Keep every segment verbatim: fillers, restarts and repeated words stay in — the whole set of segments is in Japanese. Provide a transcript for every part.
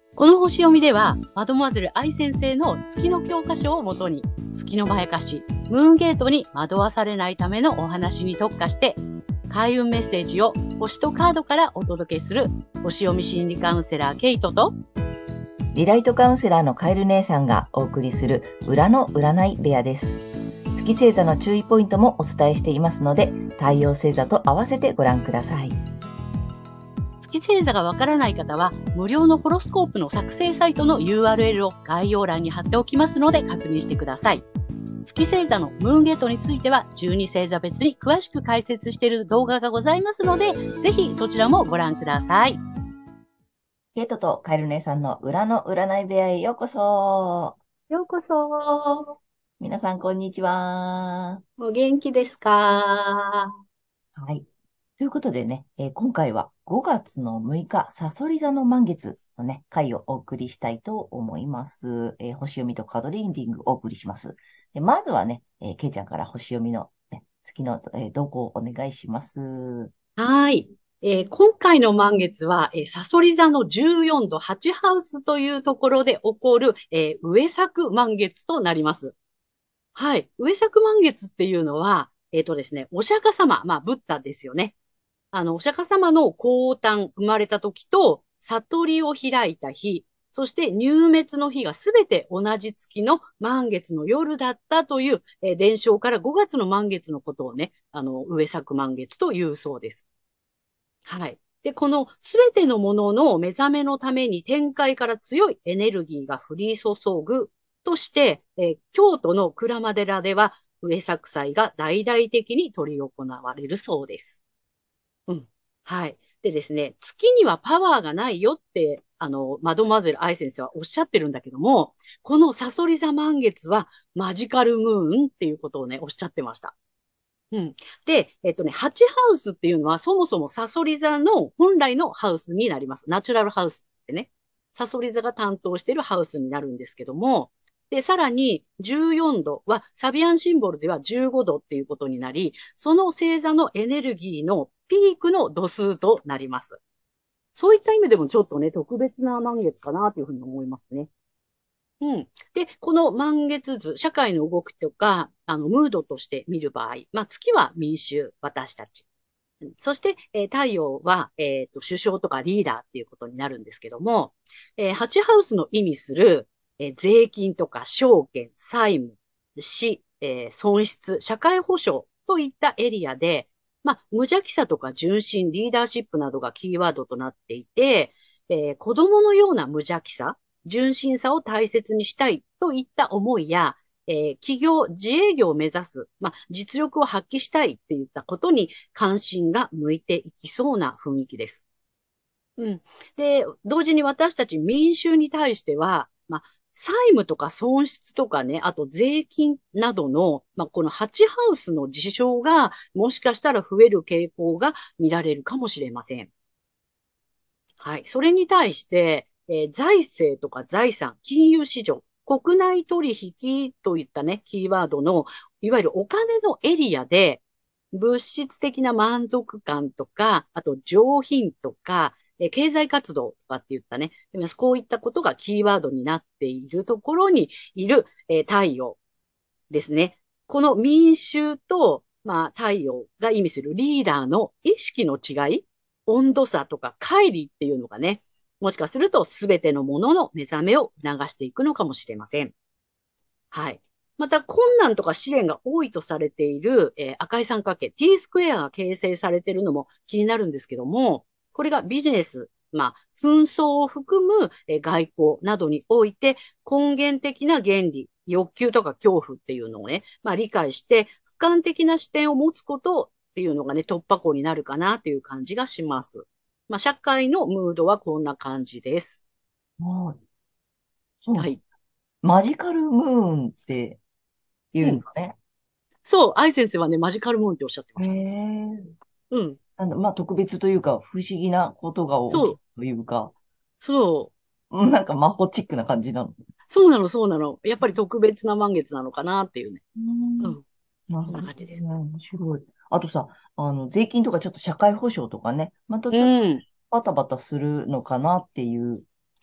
この星読みでは、マドモアゼル愛先生の月の教科書をもとに、月のまやかし、ムーンゲートに惑わされないためのお話に特化して、開運メッセージを星とカードからお届けする、星読み心理カウンセラーケイトと、 リライトカウンセラーのカエル姉さんがお送りする裏の占い部屋です。月星座の注意ポイントもお伝えしていますので、太陽星座と合わせてご覧ください。 月星座がわからない方は、無料のホロスコープの作成サイトの ユーアールエル を概要欄に貼っておきますので確認してください。月星座のムーンゲートについては、じゅうに星座別に詳しく解説している動画がございますので、ぜひそちらもご覧ください。 ケイトとカエル姉さんの裏の占い部屋へようこそ。 ようこそ。 皆さんこんにちは。 お元気ですか？ はい。ということでね、えー今回はごがつのむいか、さそり座の満月のね、回をお送りしたいと思います。えー星読みとカードリーディングをお送りします。でまずはね、えー、ケイちゃんから星読みの、ね、月の、えー動向をお願いします。 はい。えー今回の満月は、えー、サソリ座のじゅうよんどはちハウスというところで起こる、えー上作満月となります。はい。上作満月っていうのは、えっとですね、お釈迦様、まあ、ブッダですよね。あの、お釈迦様の降誕、生まれた時と、悟りを開いた日、そして入滅の日がすべて同じ月の満月の夜だったという、えー伝承からごがつの満月のことをね、あの、上作満月というそうです。はい。で、このすべてのものの目覚めのために天界から強いエネルギーが降り注ぐとして、えー京都の鞍馬寺では、上作祭が大々的に執り行われるそうです。うん。はい。でですね、月にはパワーがないよって、あの、マドマゼル愛先生はおっしゃってるんだけども、このサソリ座満月はマジカルムーンっていうことをね、おっしゃってました。うん。で、えっとね、はちハウスっていうのはそもそもサソリ座の本来のハウスになります。ナチュラルハウスってね。サソリ座が担当しているハウスになるんですけども、で、さらにじゅうよんどはサビアンシンボルではじゅうごどっていうことになり、その星座のエネルギーのピークの度数となります。そういった意味でもちょっとね、特別な満月かなというふうに思いますね。うん。で、この満月図、社会の動きとか、あの、ムードとして見る場合、まあ、月は民衆、私たち。そして、えー太陽は、えっと、首相とかリーダーっていうことになるんですけども、えー、ハチハウスの意味する、えー税金とか証券、債務、死、えー損失、社会保障といったエリアで、まあ、無邪気さとか純真、リーダーシップなどがキーワードとなっていて、えー子供のような無邪気さ、純真さを大切にしたいといった思いや、えー企業、自営業を目指す、まあ、実力を発揮したいっていったことに関心が向いていきそうな雰囲気です。うん。で、同時に私たち民衆に対しては、まあ、債務とか損失とかね、あと税金などの、まあ、このハチハウスの事象が、もしかしたら増える傾向が見られるかもしれません。はい。それに対して、えー財政とか財産、金融市場、国内取引といったね、キーワードの、いわゆるお金のエリアで、物質的な満足感とか、あと上品とか、えー経済活動とかって言ったね、こういったことがキーワードになっているところにいる、えー太陽ですね。この民衆と、まあ、太陽が意味するリーダーの意識の違い、温度差とか乖離っていうのがね、もしかすると全てのものの目覚めを促していくのかもしれません。はい。また、困難とか試練が多いとされている、えー赤い三角形、T スクエアが形成されているのも気になるんですけども、これがビジネス、まあ、紛争を含む、えー外交などにおいて根源的な原理、欲求とか恐怖っていうのをね、まあ理解して、俯瞰的な視点を持つことっていうのがね、突破口になるかなという感じがします。まあ、社会のムードはこんな感じです。 はい。そう。 はい。 マジカルムーンって言うん。 うんだね。 そう、愛先生はね、マジカルムーンっておっしゃってまへした。 え。 うん。 あの、まあ、特別というか、不思議なことが起きるそう、 というか、 そう、 うんなんか魔法チックな感じなの。 そうなの、そうなの。やっぱり特別な満月なのかなっていうね。 うん。 うん。こんななるほ感じです。 どね。面白い。あとさ、あの、税金とかちょっと社会保障とかね、またうちょっとん。 バタバタするのかなっていう。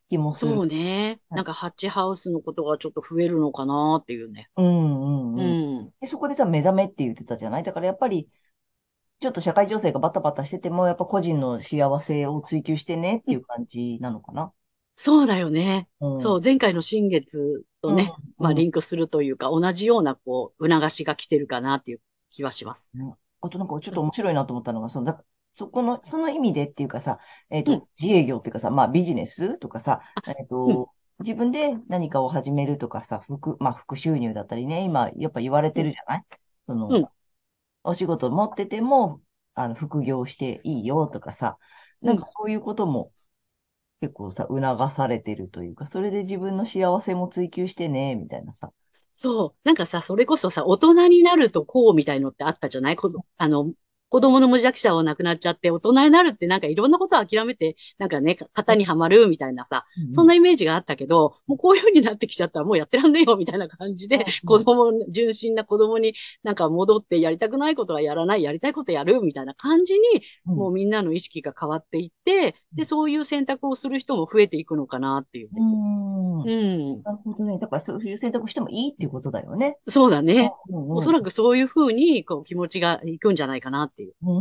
気もする。 そうね。 はい。 なんかハッチハウスのことがちょっと増えるのかなっていうね。 うんううんうん。 ん。 で、そこでさ、目覚めって言ってたじゃない。だからやっぱり、ちょっと社会情勢がバタバタしてても、やっぱ個人の幸せを追求してねっていう感じなのかな。 そうだよね。 うん。うそう、前回の新月とん。 ね、まあうん。 リンクするというか、同じようなこう、促しが来てるかなっていう気はします。 ね。あとなんかちょっうん。 と面白いなと思ったのが、その、だ、そこの、その意味でっていうかさ、えっうん。 と、自営業っていうかさ、まあビジネスとかさ、えっうん。 と、自分で何かを始めるとかさ、副、まあ副収入だったりね、今やっぱ言われうん。 てるじゃない。その、 うん。 お仕事持ってても、あの、副業していいよとかさ、 うん。 なんかそういうことも結構さ、促されてるというか、それで自分の幸せも追求してね、みたいなさ。 そう。なんかさ、それこそさ、大人になるとこうみたいのってあったじゃないこど、あの、子供の無弱者は亡くなっちゃって、大人になるってなんかいろんなことを諦めて、なんかね、型にはまるみたいなさ、 うんうん。 そんなイメージがあったけど、もうこういう風になってきちゃったらもうやってらんねえよみたいな感じで、 うん子供、純真な子供になんか戻ってやりたくないことはやらない、やりたいことやるみたいな感じに、 うん。 もうみんなの意識が変わっていって、で、そういう選択をする人も増えていくのかなっていううね。 ん。うーん。 うん。 なるほどね。だからそういう選択してもいいっていうことだよね。 そうだね。 うんうんおそらくそういうふうに、こう、気持ちがいくんじゃないかなっていう。 うん。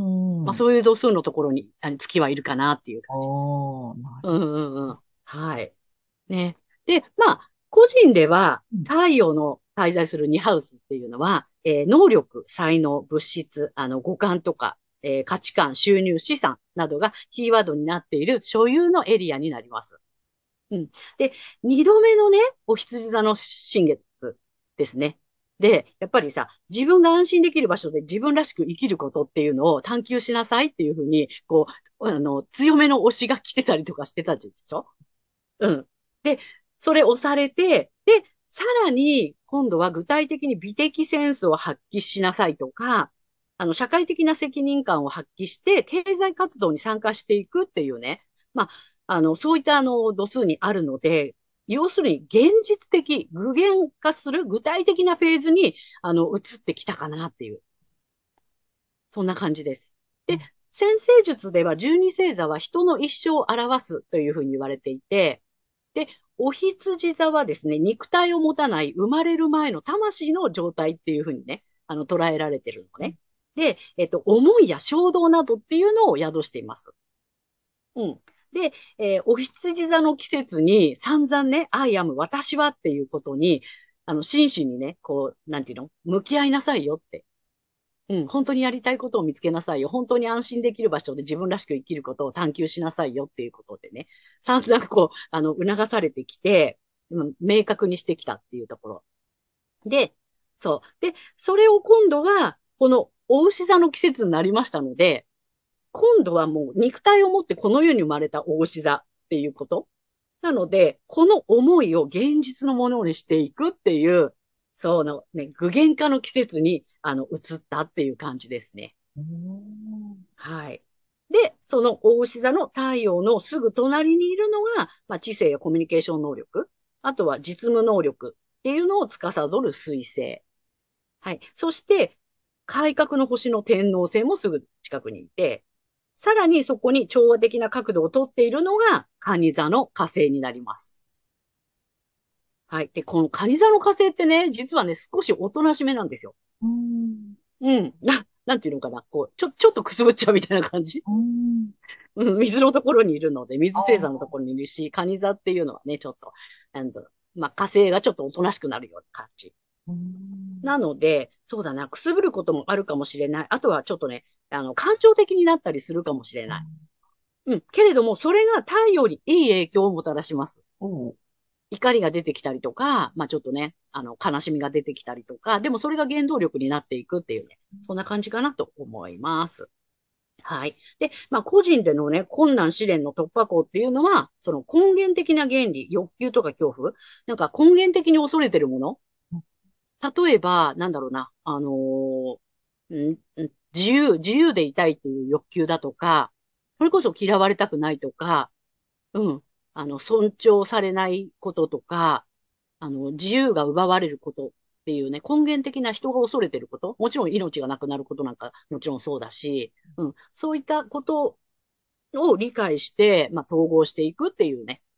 まあ、 うん。 そういう度数のところに、あの、月はいるかなっていう感じです。 おー、なるうんうんうん。はい。ね。で、まあ、個人では、 ほど。 太陽の滞在するにハウスっていうのは、えー能力、才能、物質、あの、五感とか、えー価値観、収入、資産などがキーワードになっている所有のエリアになります。うん。で、二度目のね、お羊座の新月ですね。で、やっぱりさ、自分が安心できる場所で自分らしく生きることっていうのを探求しなさいっていうふうに、こう、あの、強めの推しが来てたりとかしてたでしょ。うん。で、それ押されて、で、さらに、今度は具体的に美的センスを発揮しなさいとか、あの、社会的な責任感を発揮して、経済活動に参加していくっていうね。まあ、あの、そういったあの、度数にあるので、要するに現実的、具現化する具体的なフェーズに、あの、移ってきたかなっていう、そんな感じです。で、先生術では十二星座は人の一生を表すというふうに言われていて、で、お羊座はですね、肉体を持たない生まれる前の魂の状態っていうふうにね、あの、捉えられてるのね。で、えっと、思いや衝動などっていうのを宿しています。うん。で、えーお羊座の季節に散々ね、I am 私はっていうことに、あの、真摯にね、こう、なんていうの向き合いなさいよって。うん、本当にやりたいことを見つけなさいよ。本当に安心できる場所で自分らしく生きることを探求しなさいよっていうことでね、散々こう、あの、促されてきて、うん明確にしてきたっていうところ。で、そう。で、それを今度は、このお牛座の季節になりましたので、今度はもう肉体を持ってこの世に生まれたお牛座っていうこと。なので、この思いを現実のものにしていくっていう、そうのね、具現化の季節に、あの、移ったっていう感じですね。 うーん。 はい。で、その大牛座の太陽のすぐ隣にいるのが、まあ、知性やコミュニケーション能力、あとは実務能力っていうのを司る水星。はい。そして、改革の星の天王星もすぐ近くにいて、さらにそこに調和的な角度をとっているのが、蟹座の火星になります。はい。で、この蟹座の火星ってね、実はね、少しおとなしめなんですよ。 うーん。 うん。な、なんていうのかな。こう、ちょ、ちょっとくすぶっちゃうみたいな感じ。 うーん。 うん、水のところにいるので、水あ星座のとあ。 ころにいるし、蟹座っていうのはね、ちょっと、なんだろう、まあ、火星がちょっとおとなしくなるような感じ。 うーん。 なので、そうだな、くすぶることもあるかもしれない。あとはちょっとね、あの、感情的になったりするかもしれない。うん。けれども、それが太陽にいい影響をもたらします。 おう。 怒りが出てきたりとか、まあちょっとね、あの、悲しみが出てきたりとか、でもそれが原動力になっていくっていうね、そんな感じかなと思います。はい。で、まあ個人でのね、困難試練の突破口っていうのは、その根源的な原理、欲求とか恐怖、なんか根源的に恐れてるもの。例えば、なんだろうな、あのーんん自由、自由でいたいっていう欲求だとか、それこそ嫌われたくないとか、うん。あの、尊重されないこととか、あの、自由が奪われることっていうね、根源的な人が恐れてること、もちろん命がなくなることなんかもちろんそうだし、うん。そういったことを理解して、まあ、統合していくっていうね、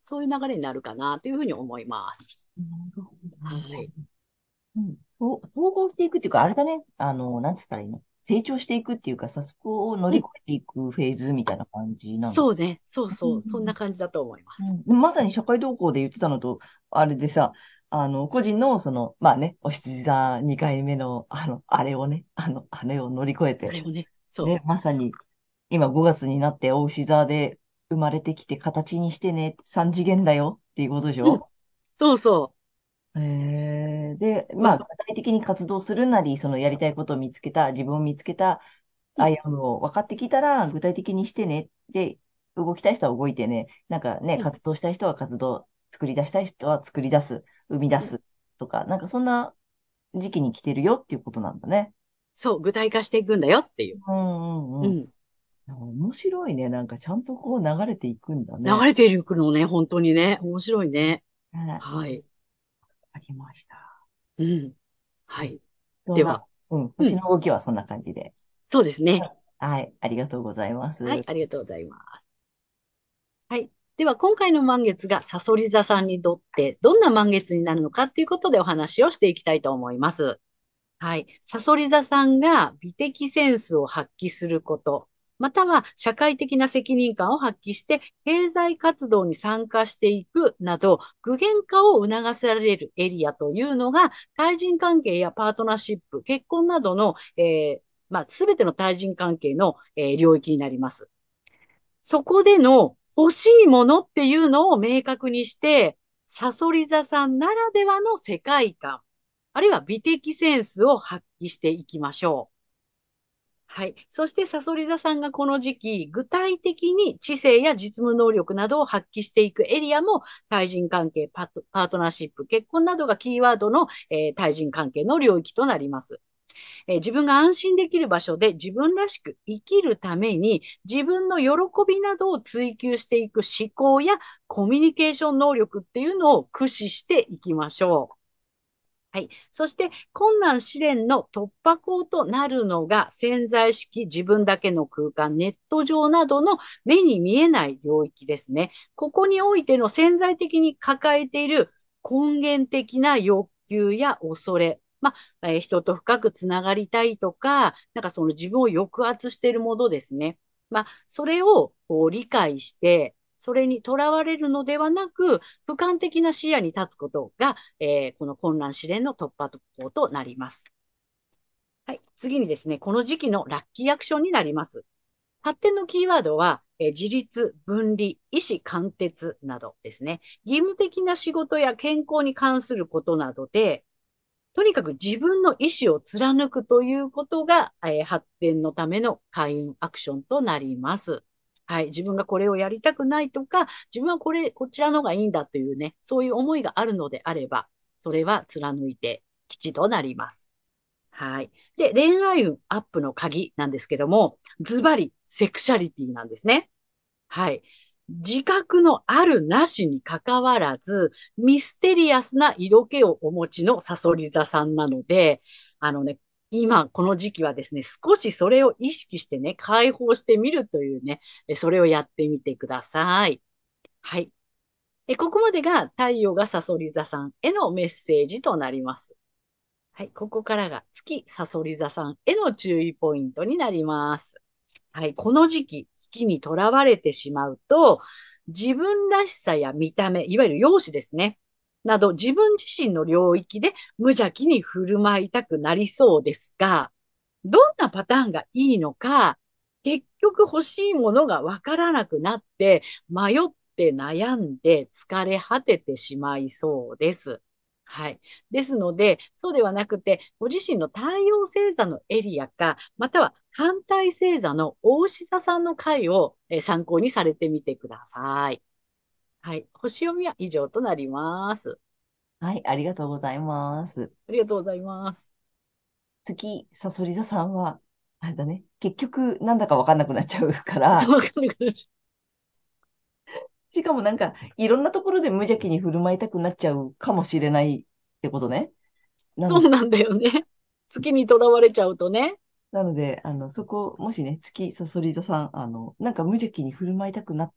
そういう流れになるかなというふうに思います。 なるほど。 はい。 うん。と統合していくっていうか、あれだね。あの、なんつったらいいの？成長していくっていうかさ、そこを乗り越うん。 えていくフェーズみたいな感じなの？ そうね。そううんそう。そんな感じだと思います。 うんうん、まさに社会動向で言ってたのと、あれでさ、あの、個人の、その、まあね、お羊座にかいめの、あの、あれをね、あの、あれを乗り越えて、 あれもね。そね、まさに、今ごがつになって、お牛座で生まれてきて形にしてね、さん次元だよっていうことでしう。うん。 ょ？ そうそえー、で、 う。うまあ、具ん。 体的に活動するなり、そのやりたいことを見つけた、自分を見つけた、 うん。 アイアムを分かってきたら、具体的にしてね。で、動きたい人は動いてね。なんかね、 うん。 活動したい人は活動、作り出したい人は作り出す、生み出うん。 すとか、なんかそんな時期に来てるよっていうことなんだね。 そう。具体化していくんだよっていう。 うんうんうん。 うん。 面白いね。なんかちゃんとこう流れていくんだね。 流れていくのね。本当にね。面白いね。 ね、 はい。 ありました。 うん。ははい。 い。 そんな、 では。 うん、 うん。 星の動きはそんな感じで。 そうですね。 はい。ありがとうございまはい。 す。 ありがとうございます。はい。では、今回の満月がサソリ座さんにとってどんな満月になるのかっていうことでお話をしていきたいと思います。はい。サソリ座さんが美的センスを発揮すること、または社会的な責任感を発揮して経済活動に参加していくなど、具現化を促せられるエリアというのが、対人関係やパートナーシップ、結婚などの、えーまあ、すべての対人関係の、えー領域になります。そこでの欲しいものっていうのを明確にして、サソリ座さんならではの世界観、あるいは美的センスを発揮していきましょう。はい。そして、サソリ座さんがこの時期、具体的に知性や実務能力などを発揮していくエリアも、対人関係、パートナーシップ、結婚などがキーワードの、えー対人関係の領域となります。えー自分が安心できる場所で自分らしく生きるために自分の喜びなどを追求していく思考やコミュニケーション能力っていうのを駆使していきましょう。はい。そして、困難試練の突破口となるのが、潜在意識、自分だけの空間、ネット上などの目に見えない領域ですね。ここにおいての潜在的に抱えている根源的な欲求や恐れ。まあ、えー人と深くつながりたいとか、なんかその自分を抑圧しているものですね。まあ、それをこう理解して、それにとらわれるのではなく、俯瞰的な視野に立つことが、えーこの混乱試練の突破口となります。はい。次にですね、この時期のラッキーアクションになります。発展のキーワードは、えー自立、分離、意思貫徹などですね。義務的な仕事や健康に関することなどで、とにかく自分の意思を貫くということが、えー発展のための開運アクションとなります。はい。自分がこれをやりたくないとか、自分はこれ、こちらの方がいいんだというね、そういう思いがあるのであれば、それは貫いて吉となります。はい。で、恋愛運アップの鍵なんですけども、ズバリセクシャリティなんですね。はい。自覚のあるなしに関わらず、ミステリアスな色気をお持ちのサソリ座さんなので、あのね、今、この時期はですね、少しそれを意識してね、解放してみるというね、それをやってみてください。はい。えここまでが太陽がサソリ座さんへのメッセージとなります。はい。ここからが月サソリ座さんへの注意ポイントになります。はい、この時期、月にとらわれてしまうと、自分らしさや見た目、いわゆる容姿ですね。など、自分自身の領域で無邪気に振る舞いたくなりそうですが、どんなパターンがいいのか、結局欲しいものがわからなくなって、迷って悩んで疲れ果ててしまいそうです。はい。ですので、そうではなくて、ご自身の太陽星座のエリアか、または反対星座の大牛座さんの回をえー参考にされてみてください。はい。星読みは以上となります。 はい、ありがとうございます。 ありがとうございます。 月、さそり座さんは、あれだね。結局、なんだかわかんなくなっちゃうから、 そう、わかんなくなっちしかもなんか、いろんなところで無邪気に振る舞いたくなっちゃうかもしれないってことね。なので、 そうなんだよね。月にとらわれちゃうとね。 なので、あの、そこ、もしね、月さそり座さん、あの、なんか無邪気に振る舞いたくなっ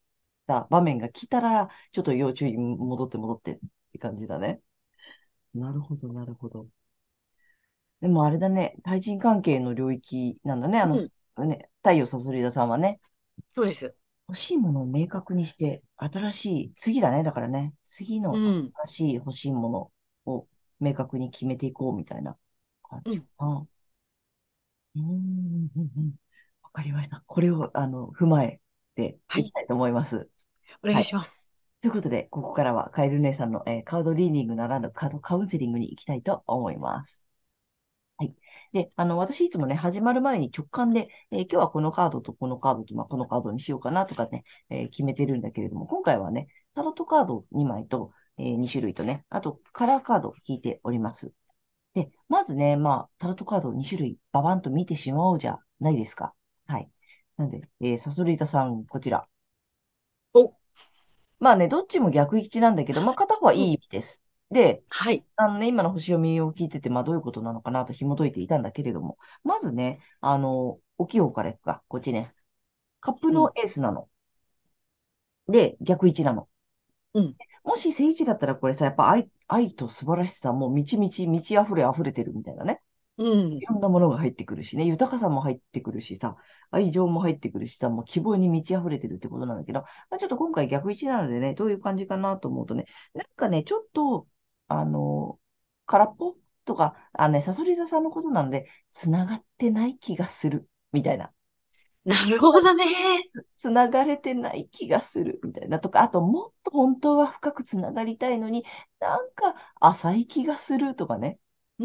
た場面が来たら、ちょっと要注意、戻って戻ってって感じだね。なるほど、なるほど。でもあれだね、対人関係の領域なんだね。あの、 うん。 ね、太陽さそり座さんはね、 そうです。 欲しいものを明確にして、新しい、次だね、だからね、次のうん。 新しい欲しいものを明確に決めていこうみたいな感じかうん。 な。うーん、うんうんわかりました。これを、あの、踏まえてはい。 いきたいと思います。 お願はい。 いします。 ということで、ここからはカエル姉さんの、えーカードリーディングならぬカードカウンセリングに行きたいと思います。はい。で、あの、私いつもね、始まる前に直感で、えー今日はこのカードとこのカードと、まあ、このカードにしようかなとかね、えー決めてるんだけれども、今回はね、タロットカードにまいと、えーに種類とね、あとカラーカードを引いております。で、まずね、まあ、タロットカードに種類、ババンと見てしまおうじゃないですか。はい。なんで、えーサソリ座さん、こちら。 お、 まあね、どっちも逆位置なんだけど、まあ、片方はいうん。 い意味です。で、 はい。 あのね、今の星読みを聞いてて、まあ、どういうことなのかなと紐解いていたんだけれども、まずね、あの、大きい方からいくか、こっちね。カップうん。 のエースなの。で、逆位置なの。 うん。 もし正位置だったら、これさ、やっぱ愛、愛と素晴らしさ、もう満ち満ち、満ち溢れ溢れてるみたいなね。 うん。 いろんなものが入ってくるしね、豊かさも入ってくるしさ、愛情も入ってくるしさ、もう希望に満ち溢れてるってことなんだけど、まあ、ちょっと今回逆位置なのでね、どういう感じかなと思うとね、なんかね、ちょっと、あの、空っぽとか、あのね、サソリ座さんのことなので、つながってない気がする、みたいな。 なるほどね。 つながれてない気がする、みたいな。とか、あと、もっと本当は深くつながりたいのに、なんか浅い気がするとかね。 うん。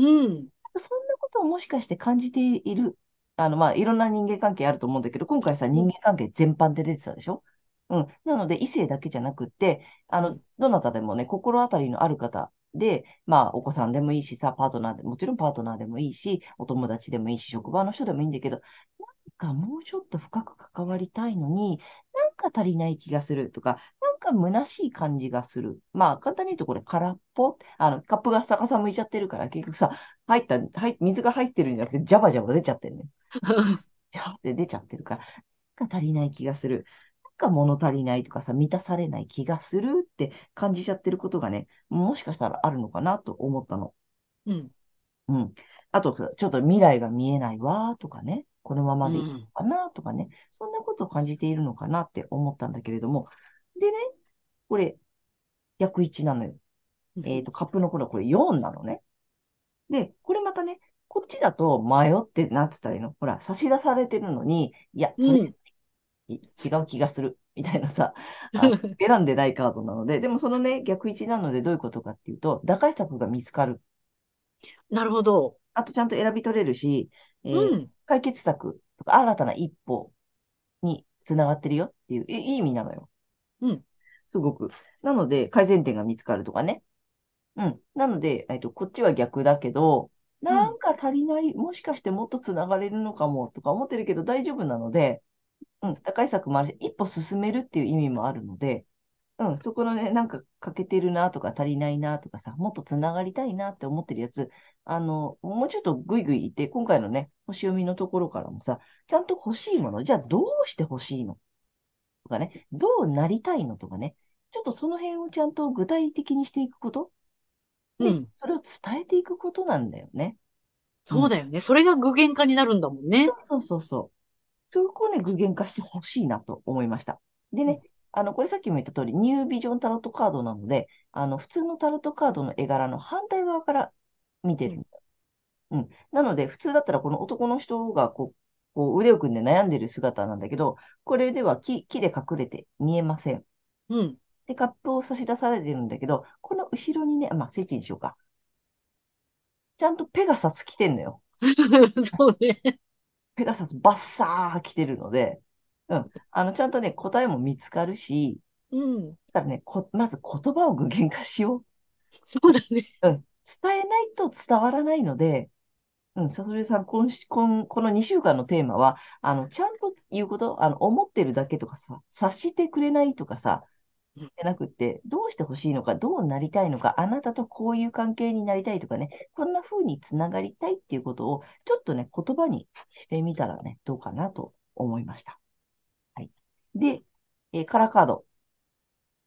そんなことをもしかして感じている。あの、まあ、いろんな人間関係あると思うんだけど、今回さ、 うん。 人間関係全般で出てたでしょ。うん。なので、異性だけじゃなくって、あの、 うん。 どなたでもね、心当たりのある方で、まあ、お子さんでもいいしさ、パートナーで、もちろんパートナーでもいいし、お友達でもいいし、職場の人でもいいんだけど、なんかもうちょっと深く関わりたいのに、なんか足りない気がするとか、なんか虚しい感じがする。まあ、簡単に言うとこれ空っぽ。あの、カップが逆さ向いちゃってるから、結局さ、入った、入水が入ってるんじゃなくて、ジャバジャバ出ちゃってるね。ジャバって出ちゃってるから、なんか足りない気がする。なんか物足りないとかさ、満たされない気がするって感じちゃってることがね、もしかしたらあるのかなと思ったの。 うん。 うん。あと、ちょっと未来が見えないわとかね、このままでいいうん。 のかなとかね、そんなことを感じているのかなって思ったんだけれども、でね、これ、逆位置なのよ。 うん。 えっと、カップの頃これよんなのね。で、これまたね、こっちだと迷ってなってたらいいの。ほら、差し出されてるのに、いや、それうん。 違う気がする。みたいなさ、あ、選んでないカードなので、でもそのね、逆位置なのでどういうことかっていうと、打開策が見つかる。 なるほど。 あとちゃんと選び取れるし、えーうん。 解決策とか新たな一歩につながってるよっていういい意味なのよ。 うん。 すごく。なので、改善点が見つかるとかね。うん。なので、えっと、こっちは逆だけど、 うん。 なんか足りない、もしかしてもっとつながれるのかもとか思ってるけど大丈夫なので、うん、打開策もあるし、一歩進めるっていう意味もあるので、うん、そこのね、なんか欠けてるなとか足りないなとかさ、もっとつながりたいなって思ってるやつ、あの、もうちょっとぐいぐい言って、今回のね、星読みのところからもさ、ちゃんと欲しいもの、じゃあどうして欲しいのとかね、どうなりたいのとかね、ちょっとその辺をちゃんと具体的にしていくこと。で、 うん。 それを伝えていくことなんだよね。うん。 そうだよね。それが具現化になるんだもんね。 そうそうそうそう。そこをね、具現化してほしいなと思いました。でうん。 ね、あの、これさっきも言った通り、ニュービジョンタロットカードなので、あの、普通のタロットカードの絵柄の反対側から見てうん。 るんだ。うん。なので、普通だったらこの男の人がこう、こう腕を組んで悩んでる姿なんだけど、これでは木、木で隠れて見えません。 うん。 で、カップを差し出されてるんだけど、この後ろにね、まあ、聖地にしようか。ちゃんとペガサス来てんのよ。 そうね。 ペガサスバッサー来てるので、うん。あの、ちゃんとね、答えも見つかるし、 うん。 だからね、こ、まず言葉を具現化しよそうだね。 う。うん。伝えないと伝わらないので、うん、さそりさん、今し、今、このにしゅうかんのテーマは、あの、ちゃんと言うこと、あの、思ってるだけとかさ、察してくれないとかさ、 うん。 じゃなくって、どうしてほしいのか、どうなりたいのか、あなたとこういう関係になりたいとかね、こんな風につながりたいっていうことを、ちょっとね、言葉にしてみたらね、どうかなと思いました。はい。で、えーカラーカード。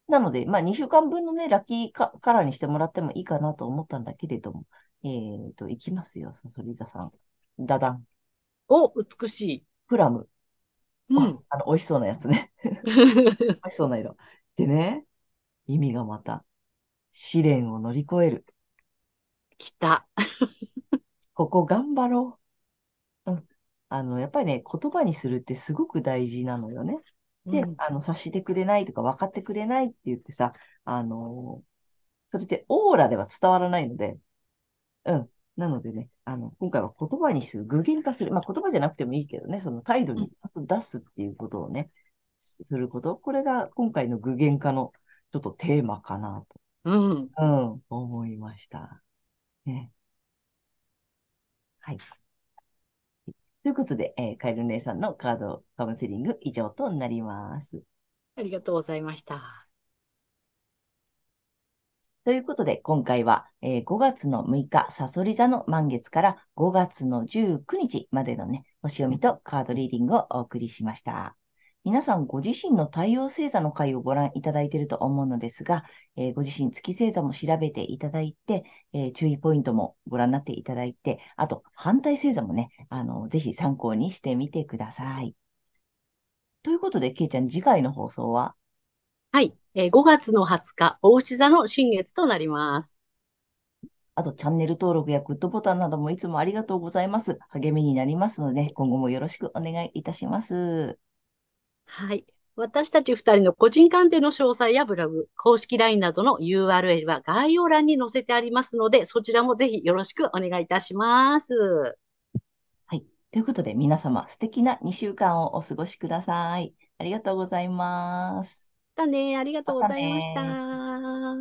なので、まあ、にしゅうかんぶんのね、ラッキーカ、カラーにしてもらってもいいかなと思ったんだけれども、えっと、いきますよ、さそり座さん。ダダン。 お、美しい。 プラム。あ、 うん。 あの、美味しそうなやつね。美味しそうな色。でね、意味がまた、試練を乗り越える。 来た。 ここ頑張ろう。うん。あの、やっぱりね、言葉にするってすごく大事なのよね。で、 うん。 あの、察してくれないとか分かってくれないって言ってさ、あの、それってオーラでは伝わらないので、うん。なのでね、あの、今回は言葉にする、具現化する。まあ、言葉じゃなくてもいいけどね、その態度うん。 に出すっていうことをね、すすること。これが今回の具現化のちょっとテーマかなうん。 と、うん、思いました。ね。はい。ということで、えーカエル姉さんのカードカウンセリング以上となります。 ありがとうございました。 ということで、今回は、えーごがつのむいか、さそり座の満月からごがつのじゅうくにちまでのね、星読みとカードリーディングをお送りしました。皆さん、ご自身の太陽星座の回をご覧いただいていると思うのですが、えーご自身月星座も調べていただいて、えー注意ポイントもご覧になっていただいて、あと、反対星座もね、あの、ぜひ参考にしてみてください。ということで、けいちゃん、次回の放送は？ はい。えーごがつのはつか、牡牛座の新月となります。 あと、チャンネル登録やグッドボタンなどもいつもありがとうございます。励みになりますので、今後もよろしくお願いいたします。 はい。私たちふたりの個人鑑定の詳細やブログ、公式 ライン などの ユーアールエル は概要欄に載せてありますので、そちらもぜひよろしくお願いいたします。 はい。ということで、皆様、素敵なにしゅうかんをお過ごしください。ありがとうございます。 だね。ありがとまたうございましね。 た。